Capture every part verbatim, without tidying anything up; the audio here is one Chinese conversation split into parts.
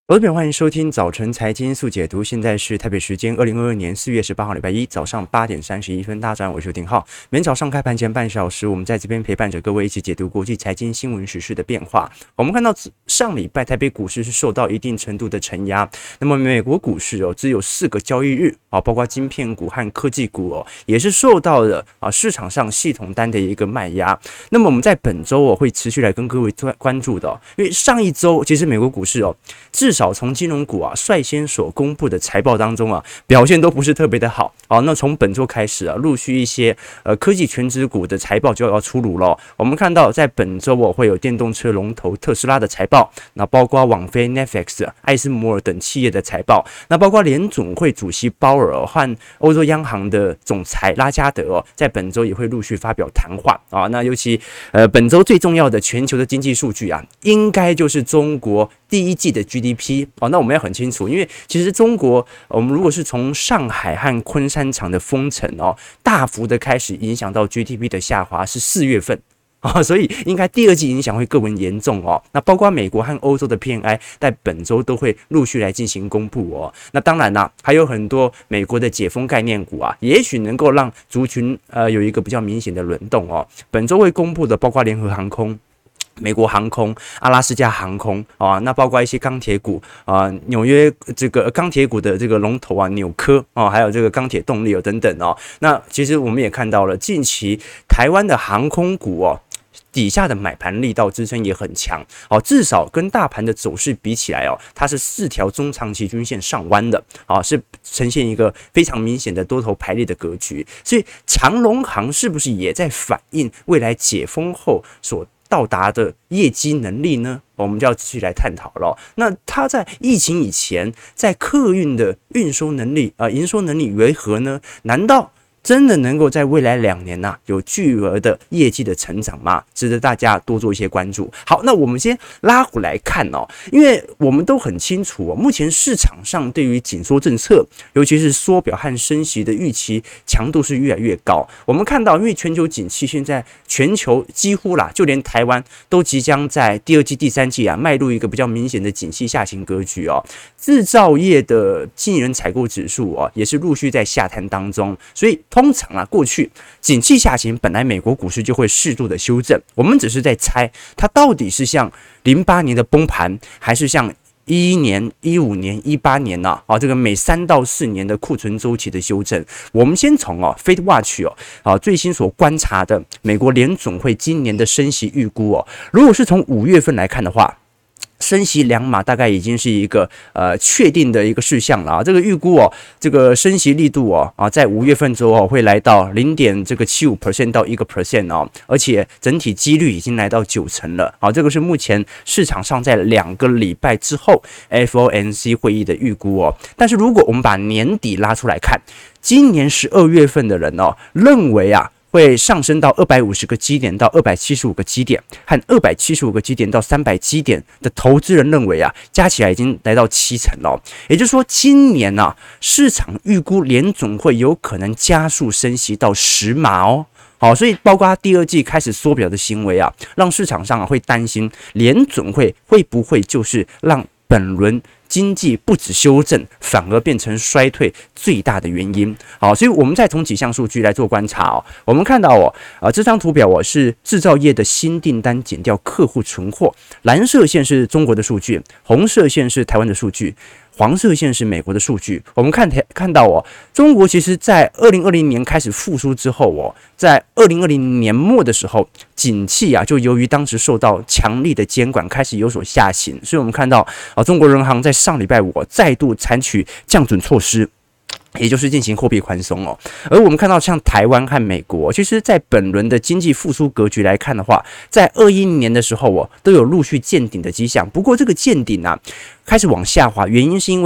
投资朋欢迎收听早晨财经速解读，现在是台北时间二零二二年四月十八号礼拜一早上八点三十一分，大家早上我是丁浩。每天早上开盘前半小时，我们在这边陪伴着各位一起解读国际财经新闻时事的变化。我们看到上礼拜台北股市是受到一定程度的承压，那么美国股市哦只有四个交易日啊，包括晶片股和科技股哦也是受到了啊市场上系统单的一个卖压。那么我们在本周哦会持续来跟各位关注的、哦，因为上一周其实美国股市哦至少从金融股啊率先所公布的财报当中啊，表现都不是特别的好。好，那从本周开始啊，陆续一些呃科技全指股的财报就要出炉了。我们看到在本周哦会有电动车龙头特斯拉的财报，那包括网飞、Netflix、艾斯摩尔等企业的财报，那包括联总会主席鲍尔和欧洲央行的总裁拉加德哦，在本周也会陆续发表谈话啊。那尤其呃本周最重要的全球的经济数据啊，应该就是中国第一季的 G D P 哦，那我们要很清楚，因为其实中国，我们如果是从上海和昆山厂的封城哦，大幅的开始影响到 G D P 的下滑是四月份。哦，所以应该第二季影响会更为严重哦。那包括美国和欧洲的 P M I 在本周都会陆续来进行公布哦。那当然啦，还有很多美国的解封概念股啊，也许能够让族群呃有一个比较明显的轮动哦。本周会公布的包括联合航空、美国航空、阿拉斯加航空啊，那包括一些钢铁股啊，纽约这个钢铁股的这个龙头啊，纽科啊，还有这个钢铁动力哦等等哦。那其实我们也看到了，近期台湾的航空股哦，底下的买盘力道支撑也很强，哦，至少跟大盘的走势比起来哦，它是四条中长期均线上弯的，哦，是呈现一个非常明显的多头排列的格局。所以长荣航是不是也在反映未来解封后所到达的业绩能力呢？我们就要继续来探讨了。那它在疫情以前，在客运的运输能力啊、呃，营收能力为何呢？难道真的能够在未来两年呐、啊、有巨额的业绩的成长吗？值得大家多做一些关注。好，那我们先拉回来看哦，因为我们都很清楚哦，目前市场上对于紧缩政策，尤其是缩表和升息的预期强度是越来越高。我们看到，因为全球景气现在全球几乎啦，就连台湾都即将在第二季、第三季啊迈入一个比较明显的景气下行格局哦。制造业的经理人采购指数哦，也是陆续在下探当中，所以通常啊，过去景气下行，本来美国股市就会适度的修正。我们只是在猜，它到底是像零八年的崩盘，还是像一一年、一五年、一八年呐、啊，啊，这个每三到四年的库存周期的修正。我们先从哦 Fed Watch 哦，啊最新所观察的美国联总会今年的升息预估哦，如果是从五月份来看的话，升息两码大概已经是一个呃确定的一个事项了啊，这个预估哦，这个升息力度哦啊，在五月份之后、哦、会来到零点这个七五 percent 到一个 percent 哦，而且整体几率已经来到九成了啊，这个是目前市场上在两个礼拜之后 F O M C 会议的预估哦。但是如果我们把年底拉出来看，今年十二月份的人哦认为啊，会上升到二百五十个基点到二百七十五个基点，和二百七十五个基点到三百基点的投资人认为啊，加起来已经来到七成了。也就是说，今年啊，市场预估联总会有可能加速升息到十码哦。好，所以包括它第二季开始缩表的行为啊，让市场上啊会担心联总会会不会就是让本轮经济不止修正，反而变成衰退最大的原因。好，所以我们再从几项数据来做观察哦。我们看到哦，呃，这张图表我、哦、是制造业的新订单减掉客户存货，蓝色线是中国的数据，红色线是台湾的数据。黄色线是美国的数据，我们看看到哦，中国其实在二零二零年开始复苏之后哦，在二零二零年末的时候，景气啊就由于当时受到强力的监管，开始有所下行，所以我们看到啊，中国人行在上礼拜五、哦、再度采取降准措施。也就是进行货币宽松哦，而我们看到像台湾和美国，其实在本轮的经济复苏格局来看的话，在二一年的时候哦，都有陆续见顶的迹象。不过这个见顶啊，开始往下滑，原因是因为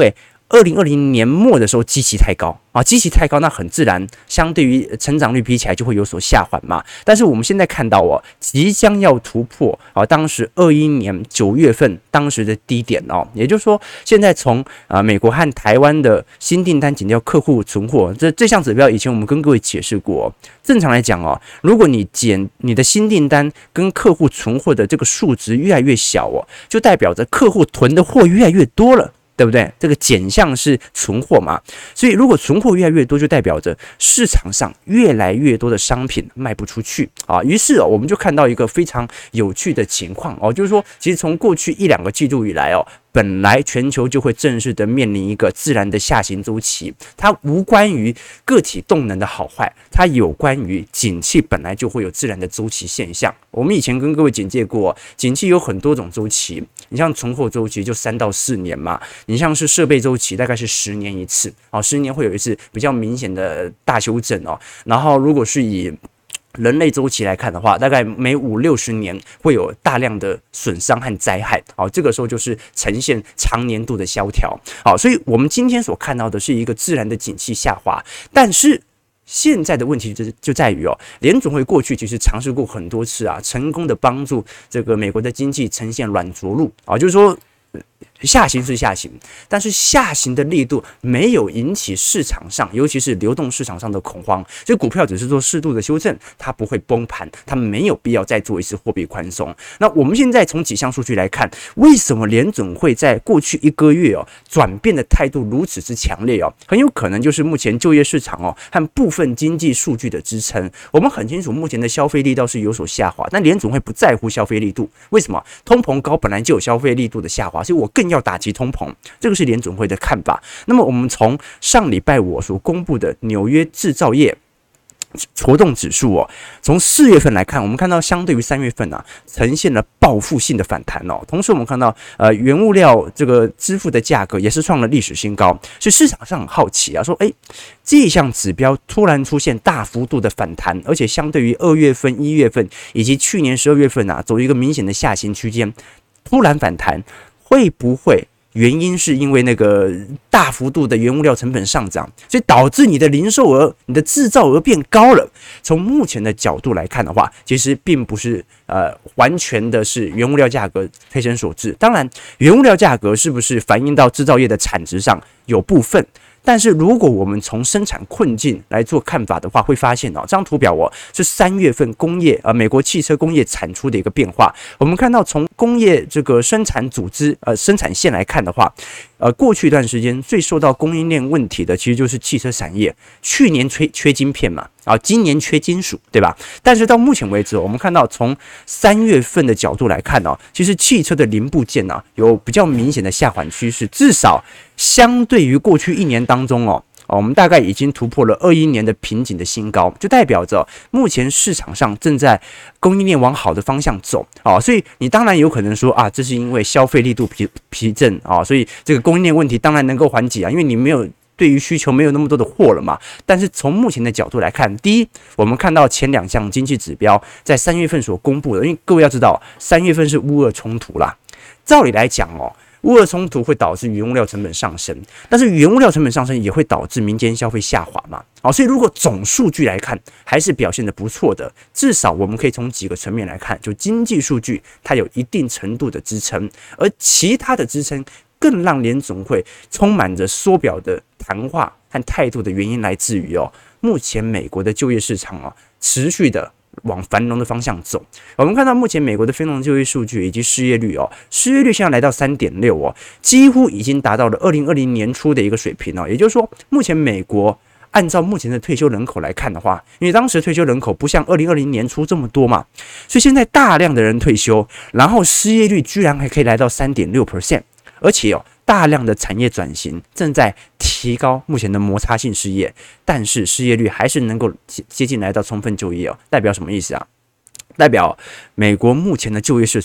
二零二零年末的时候基期太高啊，基期太高，那很自然，相对于成长率比起来就会有所下缓嘛。但是我们现在看到哦，即将要突破啊，当时二一年九月份当时的低点哦，也就是说，现在从啊美国和台湾的新订单减掉客户存货，这这项指标以前我们跟各位解释过。正常来讲哦，如果你减你的新订单跟客户存货的这个数值越来越小哦，就代表着客户囤的货越来越多了。对不对？这个减项是存货嘛，所以如果存货越来越多，就代表着市场上越来越多的商品卖不出去啊。于是哦，我们就看到一个非常有趣的情况哦，就是说，其实从过去一两个季度以来哦，本来全球就会正式的面临一个自然的下行周期，它无关于个体动能的好坏，它有关于景气本来就会有自然的周期现象。我们以前跟各位简介过，景气有很多种周期，你像存货周期就三到四年嘛。你像是设备周期，大概是十年一次，哦，十年会有一次比较明显的大修正哦。然后，如果是以人类周期来看的话，大概每五六十年会有大量的损伤和灾害，好，这个时候就是呈现长年度的萧条，好，所以我们今天所看到的是一个自然的景气下滑，但是现在的问题就就在于哦，联准会过去其实尝试过很多次啊，成功的帮助这个美国的经济呈现软着陆啊，就是说。下行是下行，但是下行的力度没有引起市场上，尤其是流动市场上的恐慌，所以股票只是做适度的修正，它不会崩盘，它没有必要再做一次货币宽松。那我们现在从几项数据来看，为什么联准会在过去一个月哦转变的态度如此之强烈哦？很有可能就是目前就业市场哦和部分经济数据的支撑。我们很清楚，目前的消费力道是有所下滑，但联准会不在乎消费力度，为什么？通膨高本来就有消费力度的下滑，所以我更要打击通膨，这个是联准会的看法。那么我们从上礼拜我所公布的纽约制造业活动指数哦，从四月份来看，我们看到相对于三月份啊，呈现了报复性的反弹哦。同时我们看到呃原物料这个支付的价格也是创了历史新高，所以市场上很好奇啊，说哎这项指标突然出现大幅度的反弹，而且相对于二月份、一月份以及去年十二月份啊，走一个明显的下行区间，突然反弹。会不会原因是因为那个大幅度的原物料成本上涨，所以导致你的零售额、你的制造额变高了？从目前的角度来看的话，其实并不是呃完全的是原物料价格推升所致。当然，原物料价格是不是反映到制造业的产值上，有部分。但是如果我们从生产困境来做看法的话，会发现哦，这张图表哦是三月份工业呃美国汽车工业产出的一个变化。我们看到从工业这个生产组织呃生产线来看的话，呃过去一段时间最受到供应链问题的其实就是汽车产业。去年缺缺晶片嘛，啊今年缺金属，对吧？但是到目前为止，我们看到从三月份的角度来看哦，其实汽车的零部件呢、啊、有比较明显的下缓趋势，至少相对于过去一年当中哦。我们大概已经突破了二一年的瓶颈的新高，就代表着目前市场上正在供应链往好的方向走啊，所以你当然有可能说啊，这是因为消费力度疲疲振啊，所以这个供应链问题当然能够缓解啊，因为你没有对于需求没有那么多的货了嘛。但是从目前的角度来看，第一，我们看到前两项经济指标在三月份所公布的，因为各位要知道，三月份是乌俄冲突啦，照理来讲哦。乌俄冲突会导致原物料成本上升，但是原物料成本上升也会导致民间消费下滑嘛。好，所以如果总数据来看，还是表现得不错的。至少我们可以从几个层面来看，就经济数据它有一定程度的支撑，而其他的支撑更让联总会充满着缩表的谈话和态度的原因来自于哦，目前美国的就业市场啊持续的。往繁荣的方向走。我们看到目前美国的非农就业数据以及失业率哦，失业率现在来到 三点六 哦，几乎已经达到了二零二零年初的一个水平哦。也就是说，目前美国按照目前的退休人口来看的话，因为当时退休人口不像二零二零年初这么多嘛，所以现在大量的人退休，然后失业率居然还可以来到 百分之三点六， 而且哦。大量的产业转型正在提高目前的摩擦性失业，但是失业率还是能够接近来到充分就业哦，代表什么意思啊？代表美国目前的就业市场啊，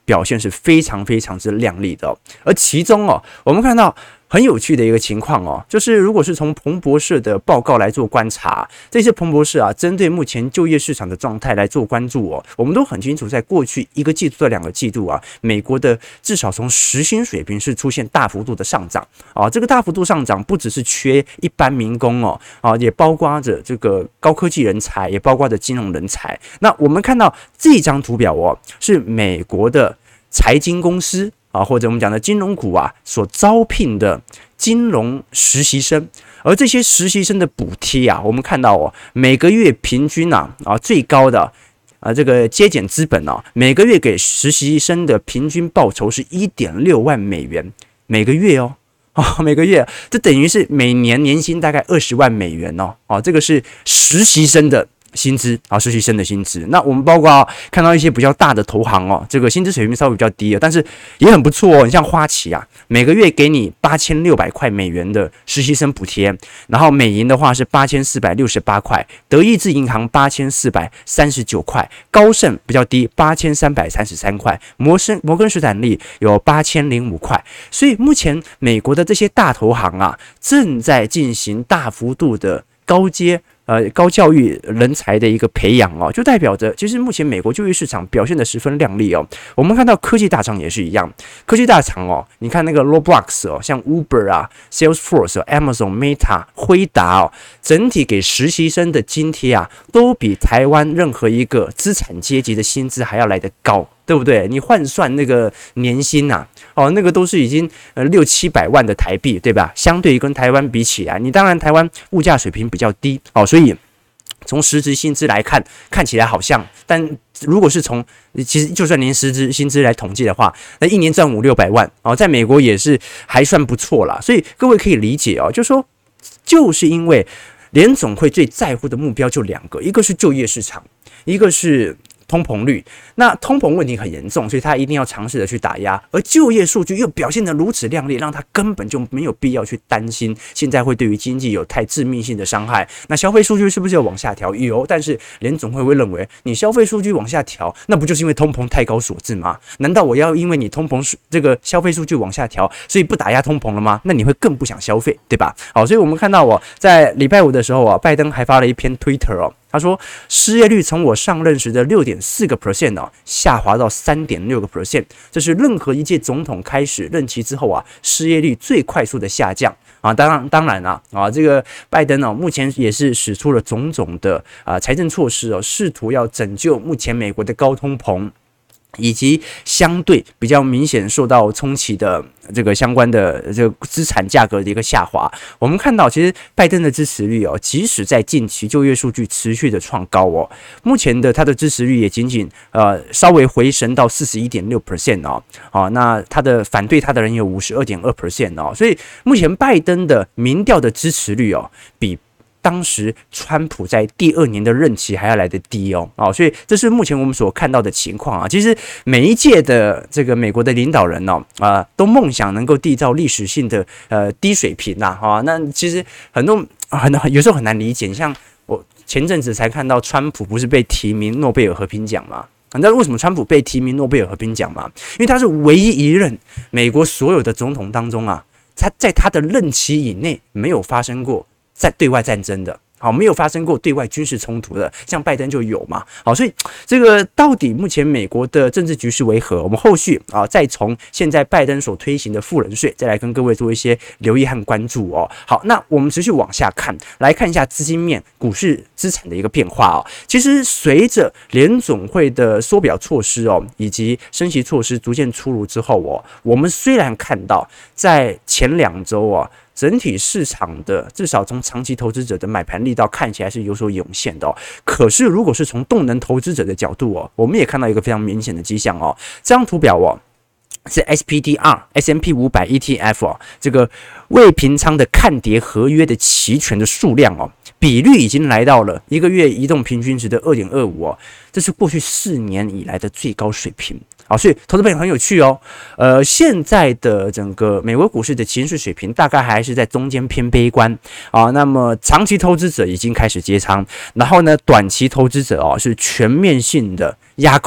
表现是非常非常之亮丽的哦。而其中哦，我们看到很有趣的一个情况哦，就是如果是从彭博社的报告来做观察，这些彭博社啊，针对目前就业市场的状态来做关注哦，我们都很清楚，在过去一个季度到两个季度啊，美国的至少从时薪水平是出现大幅度的上涨啊，这个大幅度上涨不只是缺一般民工哦，啊，也包括着这个高科技人才，也包括着金融人才。那我们看到这张图表哦，是美国的财经公司啊，或者我们讲的金融股啊，所招聘的金融实习生，而这些实习生的补贴啊，我们看到哦，每个月平均啊啊最高的啊这个节俭资本啊，每个月给实习生的平均报酬是 一点六万美元每个月哦。哦，每个月，这等于是每年年薪大概二十万美元哦。哦，这个是实习生的薪资啊，实习生的薪资。那我们包括、啊、看到一些比较大的投行哦，这个薪资水平稍微比较低的，但是也很不错哦。你像花旗啊，每个月给你八千六百块美元的实习生补贴，然后美银的话是八千四百六十八块，德意志银行八千四百三十九块，高盛比较低，八千三百三十三块，摩森摩根士丹利有八千零五块。所以目前美国的这些大投行啊，正在进行大幅度的高阶。呃，高教育人才的一个培养哦，就代表着其实目前美国就业市场表现得十分亮丽哦。我们看到科技大厂也是一样，科技大厂哦，你看那个 Roblox 哦，像 Uber 啊、Salesforce、Amazon、Meta、辉达哦，整体给实习生的津贴啊，都比台湾任何一个资产阶级的薪资还要来得高。对不对？你换算那个年薪啊，哦，那个都是已经呃六七百万的台币，对吧？相对于跟台湾比起来，你当然台湾物价水平比较低哦，所以从实质薪资来看，看起来好像，但如果是从其实就算连实质薪资来统计的话，那一年赚五六百万哦，在美国也是还算不错啦。所以各位可以理解哦，就说就是因为联总会最在乎的目标就两个，一个是就业市场，一个是通膨率。那通膨问题很严重，所以他一定要尝试的去打压，而就业数据又表现得如此亮丽，让他根本就没有必要去担心现在会对于经济有太致命性的伤害。那消费数据是不是有往下调？有，但是联总会会认为你消费数据往下调，那不就是因为通膨太高所致吗？难道我要因为你通膨这个消费数据往下调，所以不打压通膨了吗？那你会更不想消费，对吧？好，所以我们看到我在礼拜五的时候啊，拜登还发了一篇 Twitter 哦。他说，失业率从我上任时的 百分之六点四 哦，下滑到 百分之三点六， 这是任何一届总统开始任期之后啊，失业率最快速的下降啊。当然，当然啊，啊，这个拜登哦，目前也是使出了种种的啊财政措施哦，试图要拯救目前美国的高通膨，以及相对比较明显受到冲击的这个相关的这个资产价格的一个下滑。我们看到，其实拜登的支持率哦，即使在近期就业数据持续的创高哦，目前的他的支持率也仅仅呃稍微回升到 百分之四十一点六 哦，哦，那他的反对他的人有 百分之五十二点二 哦，所以目前拜登的民调的支持率哦，比当时川普在第二年的任期还要来得低哦，哦，所以这是目前我们所看到的情况啊。其实每一届的这个美国的领导人哦，啊、呃，都梦想能够缔造历史性的呃低水平呐、啊，哈、哦。那其实很多很有时候很难理解，像我前阵子才看到川普不是被提名诺贝尔和平奖吗？你知道为什么川普被提名诺贝尔和平奖吗？因为他是唯一一任美国所有的总统当中啊，他在他的任期以内没有发生过在对外战争的，好，没有发生过对外军事冲突的，像拜登就有嘛，好，所以这个到底目前美国的政治局势为何？我们后续啊，再从现在拜登所推行的富人税，再来跟各位做一些留意和关注哦。好，那我们持续往下看，来看一下资金面、股市资产的一个变化哦。其实随着联总会的缩表措施哦，以及升息措施逐渐出炉之后哦，我们虽然看到在前两周啊，整体市场的至少从长期投资者的买盘力道看起来是有所涌现的哦。可是如果是从动能投资者的角度哦，我们也看到一个非常明显的迹象哦。这张图表哦是 S P D R S and P 五百 E T F 哦，这个未平仓的看跌合约的期权的数量哦，比率已经来到了一个月移动平均值的 二点二五 哦，这是过去四年以来的最高水平。好，所以投资朋友很有趣哦。呃，现在的整个美国股市的情绪水平大概还是在中间偏悲观啊。那么长期投资者已经开始接仓，然后呢，短期投资者哦是全面性的压空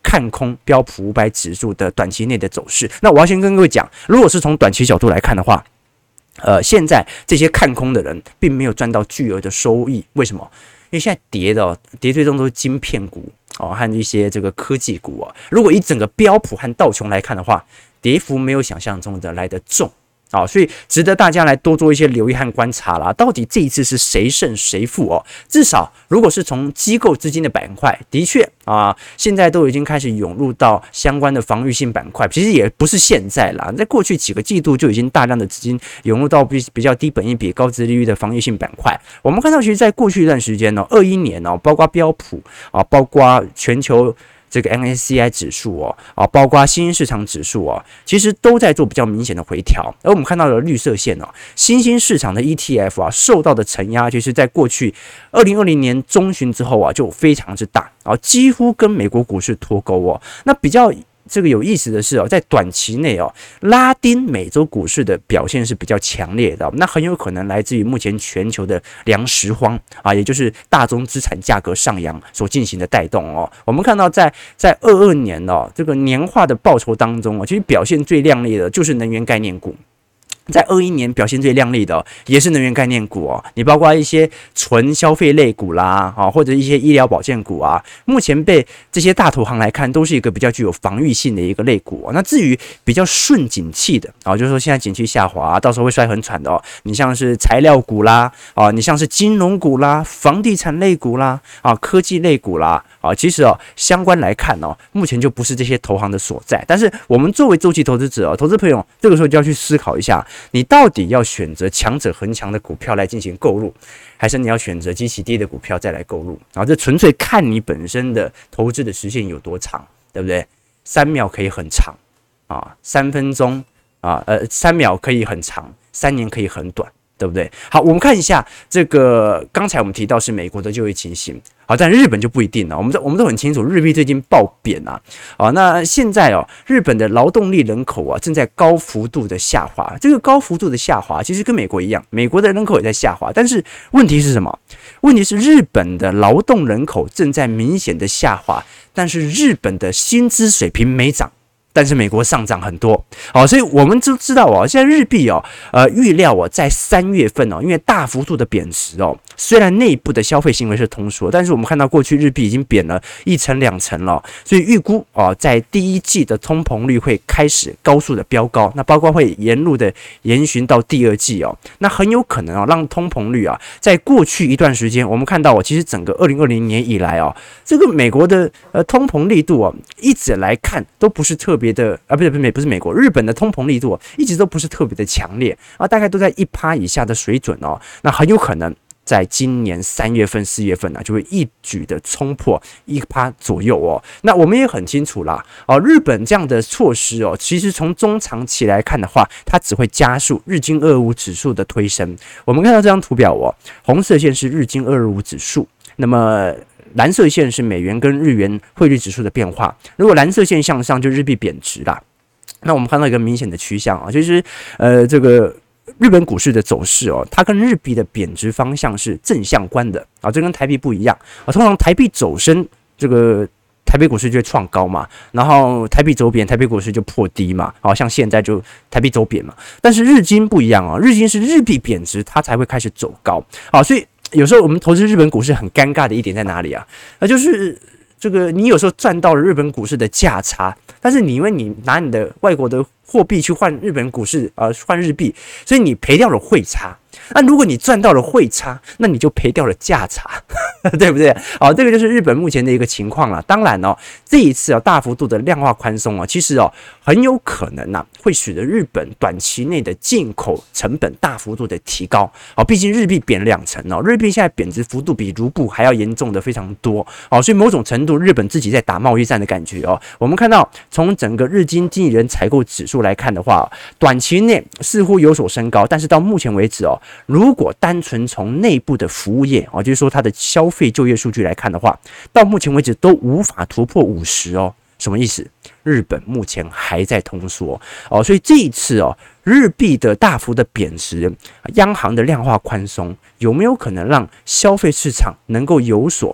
看空标普五百指数的短期内的走势。那我要先跟各位讲，如果是从短期角度来看的话，呃，现在这些看空的人并没有赚到巨额的收益，为什么？因为现在跌的、哦、跌最重都是晶片股哦和一些这个科技股哦。如果以整个标普和道琼来看的话，跌幅没有想象中的来得重。啊、哦，所以值得大家来多做一些留意和观察啦。到底这一次是谁胜谁负哦？至少如果是从机构资金的板块，的确啊，现在都已经开始涌入到相关的防御性板块。其实也不是现在啦，在过去几个季度就已经大量的资金涌入到比比较低本益比、高殖利率的防御性板块。我们看到，其实在过去一段时间呢、哦，二一年哦，包括标普啊，包括全球。这个 M S C I 指数哦，啊，包括新兴市场指数哦，其实都在做比较明显的回调。而我们看到的绿色线哦，新兴市场的 E T F 啊，受到的承压，其实在过去二零二零年中旬之后啊，就非常之大啊，几乎跟美国股市脱钩哦。那比较。这个有意思的是哦，在短期内哦，拉丁美洲股市的表现是比较强烈的，那很有可能来自于目前全球的粮食荒啊，也就是大宗资产价格上扬所进行的带动哦。我们看到在在二二年哦，这个年化的报酬当中哦，其实表现最亮丽的就是能源概念股。在二一年表现最亮丽的、哦、也是能源概念股哦，你包括一些纯消费类股啦，啊或者一些医疗保健股啊，目前被这些大投行来看，都是一个比较具有防御性的一个类股哦。那至于比较顺景气的啊，就是说现在景气下滑、啊，到时候会摔很惨的哦。你像是材料股啦，啊，你像是金融股啦、房地产类股啦，啊，科技类股啦，啊，其实哦，相关来看哦，目前就不是这些投行的所在。但是我们作为周期投资者哦，投资朋友这个时候就要去思考一下。你到底要选择强者恒强的股票来进行购入，还是你要选择基期低的股票再来购入？然后这纯粹看你本身的投资的时限有多长，对不对？三秒可以很长啊，三分钟啊，呃，三秒可以很长，三年可以很短，对不对？好，我们看一下这个，刚才我们提到是美国的就业情形。好，但日本就不一定了。我们我们都很清楚，日币最近暴贬啊。啊，那现在哦，日本的劳动力人口啊正在高幅度的下滑。这个高幅度的下滑，其实跟美国一样，美国的人口也在下滑。但是问题是什么？问题是日本的劳动人口正在明显的下滑，但是日本的薪资水平没涨。但是美国上涨很多，好、哦，所以我们都知道哦，现在日币哦，呃，预料哦，在三月份哦，因为大幅度的贬值哦，虽然内部的消费行为是通缩，但是我们看到过去日币已经贬了一成两成了，所以预估哦，在第一季的通膨率会开始高速的飙高，那包括会沿路的延续到第二季哦，那很有可能啊、哦，让通膨率啊，在过去一段时间，我们看到哦，其实整个二零二零年以来哦，这个美国的呃通膨力度哦，一直来看都不是特别。的啊，不是不是不是美国，日本的通膨力度、哦、一直都不是特别的强烈啊，大概都在一趴以下的水准哦。那很有可能在今年三月份、四月份呢、啊，就会一举的冲破一趴左右哦。那我们也很清楚啦，哦，日本这样的措施哦，其实从中长期来看的话，它只会加速日经二二五指数的推升。我们看到这张图表哦，红色线是日经二二五指数，那么。蓝色线是美元跟日元汇率指数的变化，如果蓝色线向上，就日币贬值啦。那我们看到一个明显的趋向啊，就是呃这个日本股市的走势哦，它跟日币的贬值方向是正相关的啊，这跟台币不一样啊。通常台币走升，这个台北股市就会创高嘛，然后台币走贬，台北股市就破低嘛。好、啊、像现在就台币走贬嘛，但是日经不一样啊，日经是日币贬值，它才会开始走高。好、啊，所以。有时候我们投资日本股市很尴尬的一点在哪里啊？那就是这个你有时候赚到了日本股市的价差，但是你因为你拿你的外国的货币去换日本股市啊、呃，换日币，所以你赔掉了汇差。那如果你赚到了汇差，那你就赔掉了价差，对不对？好，这个就是日本目前的一个情况了。当然哦，这一次啊大幅度的量化宽松啊，其实哦很有可能呐、啊、会使得日本短期内的进口成本大幅度的提高。哦，毕竟日币贬两成哦，日币现在贬值幅度比卢布还要严重的非常多。哦，所以某种程度日本自己在打贸易战的感觉哦。我们看到从整个日经经纪人采购指数来看的话，短期内似乎有所升高，但是到目前为止哦。如果单纯从内部的服务业哦，就是说它的消费就业数据来看的话，到目前为止都无法突破五十哦。什么意思？日本目前还在通缩哦，所以这一次哦，日币的大幅的贬值，央行的量化宽松，有没有可能让消费市场能够有所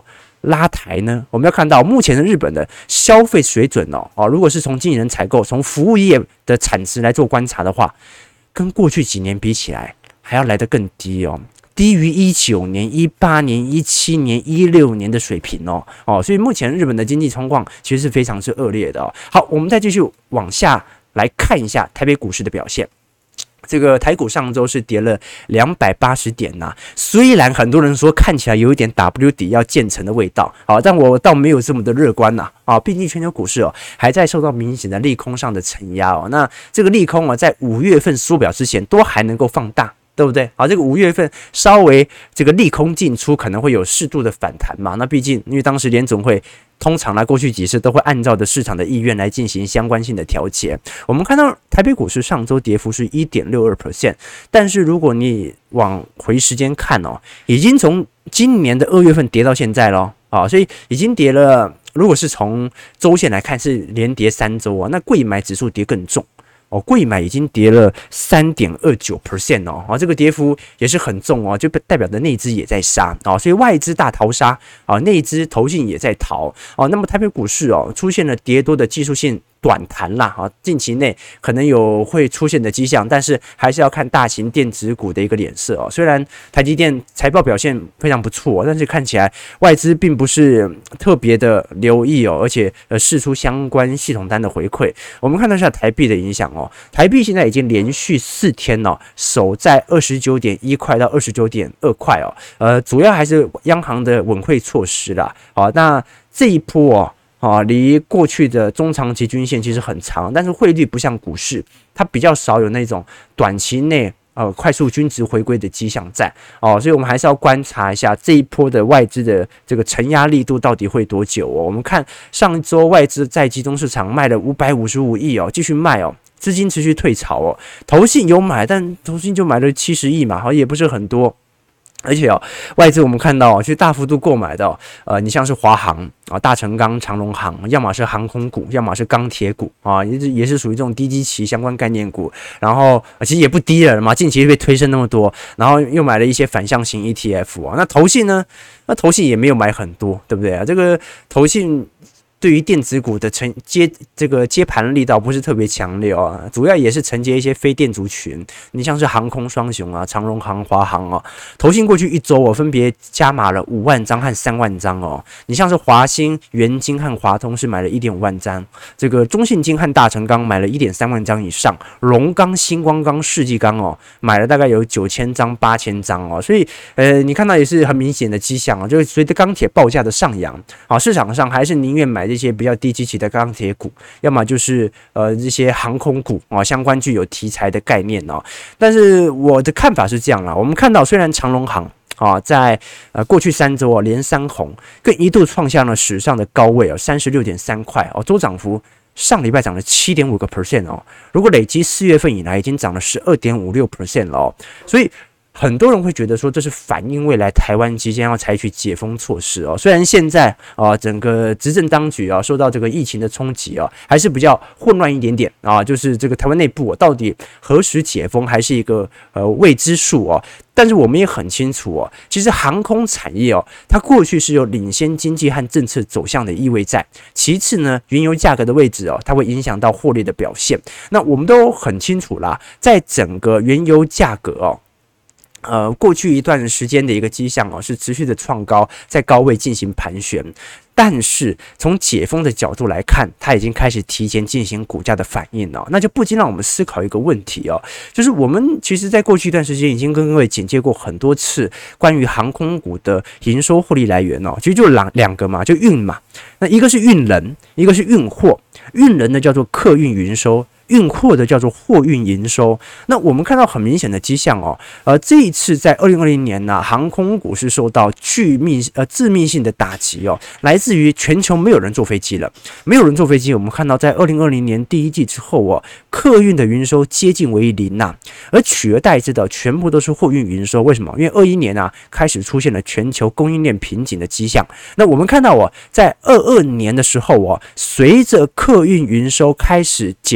拉抬呢？我们要看到目前的日本的消费水准哦，哦，如果是从经纪人采购、从服务业的产值来做观察的话，跟过去几年比起来，还要来得更低哦。低于一九年、一八年、一七年、一六年的水平哦哦，所以目前日本的经济状况其实是非常之恶劣的哦。好，我们再继续往下来看一下台北股市的表现。这个台股上周是跌了两百八十点呐、啊，虽然很多人说看起来有一点 W 底要建成的味道，好，但我倒没有这么的乐观呐、啊，啊，毕竟全球股市哦还在受到明显的利空上的承压哦，那这个利空啊在五月份缩表之前都还能够放大。对不对？好，这个五月份稍微这个利空进出，可能会有适度的反弹嘛。那毕竟因为当时联总会通常来过去几次都会按照的市场的意愿来进行相关性的调节。我们看到台北股市上周跌幅是 百分之一点六二， 但是如果你往回时间看哦，已经从今年的二月份跌到现在咯，啊，所以已经跌了。如果是从周线来看，是连跌三周啊，那柜买指数跌更重。哦，柜买已经跌了 百分之三点二九 哦，哦，这个跌幅也是很重哦，就代表的内资也在杀哦，所以外资大逃杀啊，内资投信也在逃哦。那么台北股市哦出现了跌多的技术性短弹啦，啊，近期内可能有会出现的迹象，但是还是要看大型电子股的一个脸色哦。虽然台积电财报表现非常不错，但是看起来外资并不是特别的留意哦，而且呃释出相关系统单的回馈。我们看到一下台币的影响哦，台币现在已经连续四天哦守在二十九点一块到二十九点二块哦，呃，主要还是央行的稳汇措施啦。好，那这一波哦。啊，离过去的中长期均线其实很长，但是汇率不像股市，它比较少有那种短期内呃快速均值回归的迹象在哦，所以我们还是要观察一下这一波的外资的这个承压力度到底会多久哦。我们看上周外资在集中市场卖了五百五十五亿哦，继续卖哦。资金持续退潮哦，投信有买，但投信就买了七十亿嘛，好也不是很多。而且哦，外资我们看到哦，去大幅度购买的、哦，呃，你像是华航啊、大成钢、长荣航，要么是航空股，要么是钢铁股啊，也是也是属于这种低基期相关概念股。然后、呃、其实也不低了嘛，近期被推升那么多，然后又买了一些反向型 E T F 啊。那投信呢？那投信也没有买很多，对不对啊？这个投信。对于电子股的承接这个接盘力道不是特别强烈啊，主要也是承接一些非电族群，你像是航空双雄啊，长荣航、华航哦，投信过去一周哦，分别加码了五万张和三万张哦，你像是华兴、元晶和华通是买了 一点五万张，这个中信金和大成钢买了 一点三万张以上，龙钢、星光钢、世纪钢哦，买了大概有九千张、八千张哦，所以呃，你看到也是很明显的迹象啊，就是随着钢铁报价的上扬啊，市场上还是宁愿买这些比较低基期的钢铁股，要么就是呃这些航空股啊，相关具有题材的概念哦。但是我的看法是这样啦，我们看到虽然长荣航啊在呃过去三周哦连三红，更一度创下了史上的高位哦，三十六点三块哦，周涨幅上礼拜涨了 百分之七点五 哦，如果累积四月份以来已经涨了 百分之十二点五六 了哦，所以。很多人会觉得说这是反映未来台湾即将要采取解封措施哦，虽然现在啊、呃、整个执政当局啊受到这个疫情的冲击啊，还是比较混乱一点点啊，就是这个台湾内部、啊、到底何时解封还是一个呃未知数哦。但是我们也很清楚哦，其实航空产业哦，它过去是有领先经济和政策走向的意味在。其次呢，原油价格的位置哦，它会影响到获利的表现。那我们都很清楚啦，在整个原油价格哦。呃，过去一段时间的一个迹象哦，是持续的创高，在高位进行盘旋。但是从解封的角度来看，它已经开始提前进行股价的反应了，那就不禁让我们思考一个问题哦，就是我们其实在过去一段时间已经跟各位简介过很多次关于航空股的营收获利来源哦，其实就两两个嘛，就运嘛，那一个是运人，一个是运货，运人呢叫做客运营收。运货的叫做货运营收，那我们看到很明显的迹象哦，呃，这一次在二零二零年呢、啊，航空股是受到致命呃致命性的打击哦，来自于全球没有人坐飞机了，没有人坐飞机，我们看到在二零二零年第一季之后哦，客运的营收接近为零呐、啊，而取而代之的全部都是货运营收，为什么？因为二一年啊开始出现了全球供应链瓶颈的迹象，那我们看到哦，在二二年的时候哦，随着客运营收开始解封。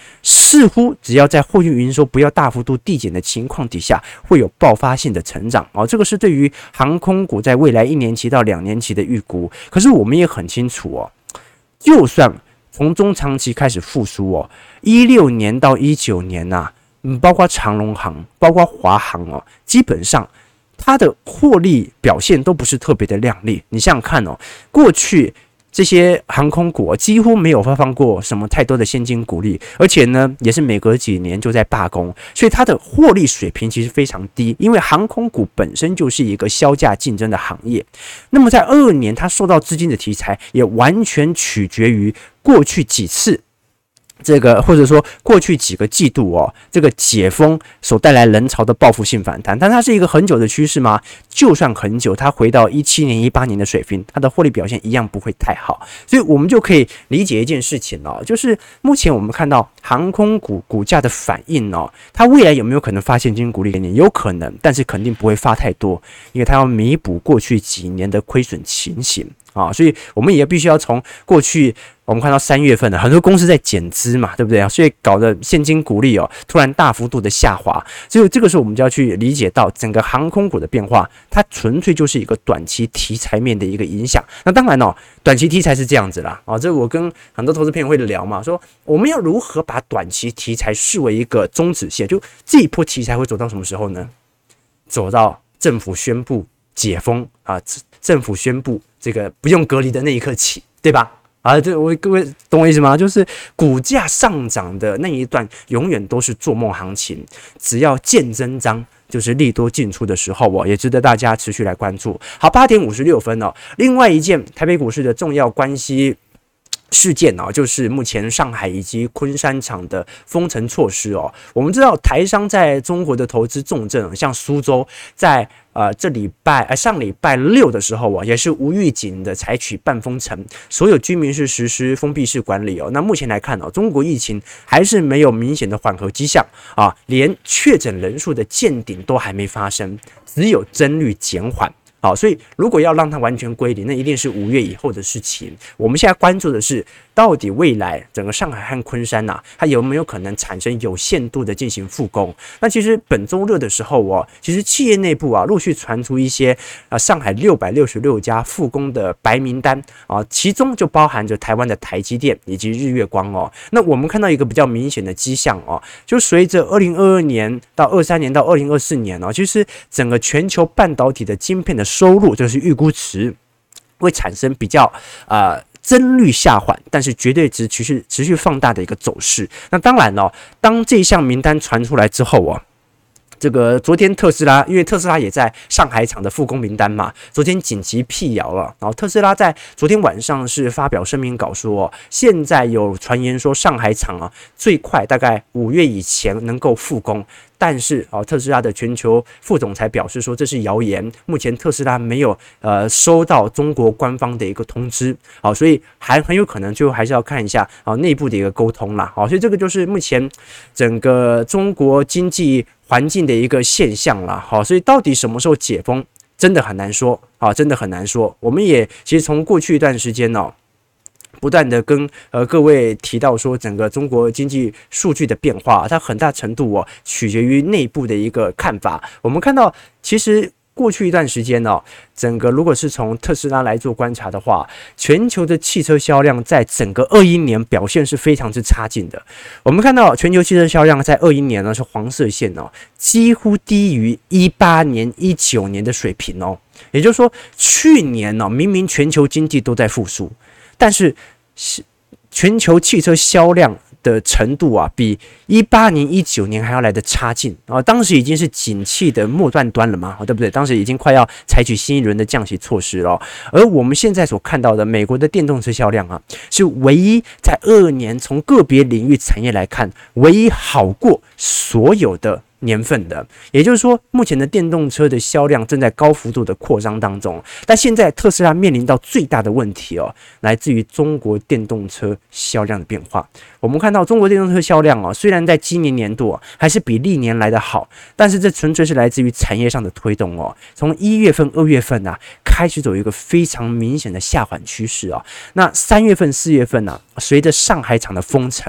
似乎只要在货运营收不要大幅度递减的情况底下，会有爆发性的成长哦。这个是对于航空股在未来一年期到两年期的预估。可是我们也很清楚哦，就算从中长期开始复苏哦，一六年到一九年呐、啊，嗯，包括长荣航、包括华航哦，基本上它的获利表现都不是特别的亮丽。你想想看哦，过去这些航空股几乎没有发放过什么太多的现金股利，而且呢，也是每隔几年就在罢工，所以它的获利水平其实非常低。因为航空股本身就是一个销价竞争的行业，那么在二二年它受到资金的题材，也完全取决于过去几次。这个或者说过去几个季度哦，这个解封所带来人潮的报复性反弹，但它是一个很久的趋势吗？就算很久，它回到一七年、一八年的水平，它的获利表现一样不会太好。所以我们就可以理解一件事情哦，就是目前我们看到航空股股价的反应哦，它未来有没有可能发现金股利给你？有可能，但是肯定不会发太多，因为它要弥补过去几年的亏损情形。啊，所以我们也必须要从过去我们看到三月份的很多公司在减资嘛，对不对啊？所以搞得现金股利哦突然大幅度的下滑，所以这个时候我们就要去理解到整个航空股的变化，它纯粹就是一个短期题材面的一个影响。那当然哦，短期题材是这样子啦，啊，这我跟很多投资朋友会聊嘛，说我们要如何把短期题材视为一个终止线，就这一波题材会走到什么时候呢？走到政府宣布解封啊，政府宣布这个不用隔离的那一刻起，对吧？啊，这我各位懂我意思吗？就是股价上涨的那一段永远都是做梦行情，只要见真章，就是利多进出的时候哦，也值得大家持续来关注。好，八点五十六分哦，另外一件台北股市的重要关系事件哦，就是目前上海以及昆山厂的封城措施哦。我们知道台商在中国的投资重镇，像苏州在呃这礼拜呃上礼拜六的时候啊，也是无预警的采取半封城，所有居民是实施封闭式管理哦。那目前来看哦，中国疫情还是没有明显的缓和迹象啊，连确诊人数的见顶都还没发生，只有增率减缓。好，所以如果要让它完全归零，那一定是五月以后的事情。我们现在关注的是，到底未来整个上海和昆山呐、啊，它有没有可能产生有限度的进行复工？那其实本周热的时候哦，其实企业内部啊陆续传出一些啊上海六百六十六家复工的白名单啊，其中就包含着台湾的台积电以及日月光哦。那我们看到一个比较明显的迹象哦，就随着二零二二年到二三年到二零二四年哦，其实整个全球半导体的晶片的收入，就是预估值会产生比较呃增率下缓，但是绝对值持续持续放大的一个走势。那当然哦，当这一项名单传出来之后哦，这个昨天特斯拉，因为特斯拉也在上海厂的复工名单嘛，昨天紧急辟谣了。然后特斯拉在昨天晚上是发表声明稿说、哦，现在有传言说上海厂啊最快大概五月以前能够复工。但是啊，特斯拉的全球副总裁表示说这是谣言，目前特斯拉没有呃收到中国官方的一个通知，好，所以还很有可能最后还是要看一下啊内部的一个沟通啦，好，所以这个就是目前整个中国经济环境的一个现象啦，好，所以到底什么时候解封，真的很难说啊，真的很难说。我们也其实从过去一段时间哦。不断的跟呃各位提到说，整个中国经济数据的变化，它很大程度哦取决于内部的一个看法。我们看到，其实过去一段时间哦，整个如果是从特斯拉来做观察的话，全球的汽车销量在整个二一年表现是非常之差劲的。我们看到全球汽车销量在二一年呢是黄色线哦，几乎低于一八年、一九年的水平哦。也就是说，去年呢、哦、明明全球经济都在复苏。但是全球汽车销量的程度啊，比一八年、一九年还要来的差劲啊！当时已经是景气的末段端了嘛，对不对？当时已经快要采取新一轮的降息措施了。而我们现在所看到的美国的电动车销量啊，是唯一在二二年从个别领域产业来看，唯一好过所有的年份的，也就是说，目前的电动车的销量正在高幅度的扩张当中。但现在特斯拉面临到最大的问题哦，来自于中国电动车销量的变化。我们看到中国电动车销量哦，虽然在今年年度、哦、还是比历年来的好，但是这纯粹是来自于产业上的推动哦。从一月份、二月份啊，开始走一个非常明显的下缓趋势哦。那三月份、四月份啊，随着上海厂的封城。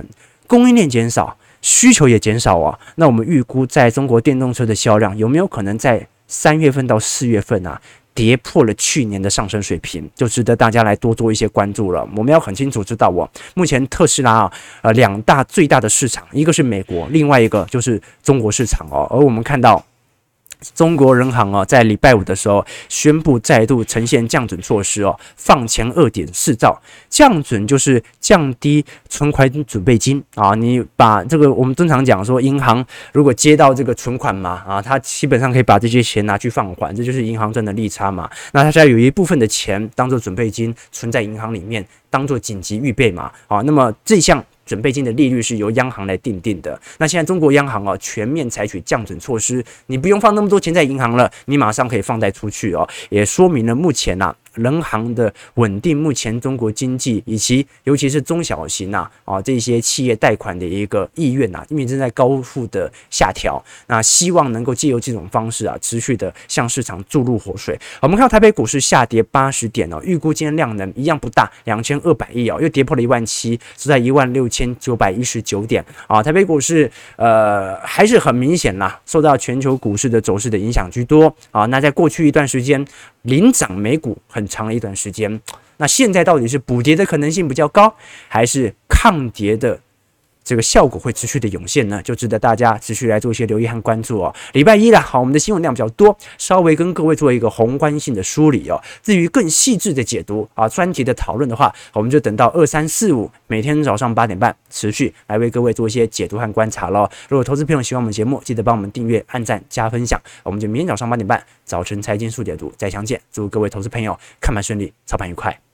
供应链减少，需求也减少啊。那我们预估在中国电动车的销量有没有可能在三月份到四月份啊？跌破了去年的上升水平，就值得大家来多做一些关注了。我们要很清楚知道哦，目前特斯拉啊，呃，两大最大的市场，一个是美国，另外一个就是中国市场哦。而我们看到中国人行哦，在礼拜五的时候宣布再度呈现降准措施哦，放钱 二点四兆，降准就是降低存款准备金啊。你把这个我们经常讲说，银行如果接到这个存款嘛啊，它基本上可以把这些钱拿去放款，这就是银行赚的利差嘛。那它现在有一部分的钱当做准备金存在银行里面，当做紧急预备嘛啊。那么这项准备金的利率是由央行来定定的。那现在中国央行哦全面采取降准措施，你不用放那么多钱在银行了，你马上可以放贷出去哦，也说明了目前呐、啊。人行的稳定目前中国经济以及尤其是中小型啊啊这些企业贷款的一个意愿啊，因为正在高速的下调，那希望能够借由这种方式啊，持续的向市场注入活水。我们看到台北股市下跌八十点哦，预估今天量能一样不大，两千二百亿哦，又跌破了一万七，是在一万六千九百一十九点啊。台北股市呃还是很明显啦，受到全球股市的走势的影响居多啊。那在过去一段时间，领涨美股很长的一段时间，那现在到底是补跌的可能性比较高，还是抗跌的这个效果会持续的涌现呢？就值得大家持续来做一些留意和关注哦。礼拜一啦，好，我们的新闻量比较多，稍微跟各位做一个宏观性的梳理哦。至于更细致的解读啊，专题的讨论的话，我们就等到二三四五每天早上八点半持续来为各位做一些解读和观察咯。如果投资朋友喜欢我们节目，记得帮我们订阅、按赞、加分享。我们就明天早上八点半早晨财经速解读再相见。祝各位投资朋友看盘顺利，操盘愉快。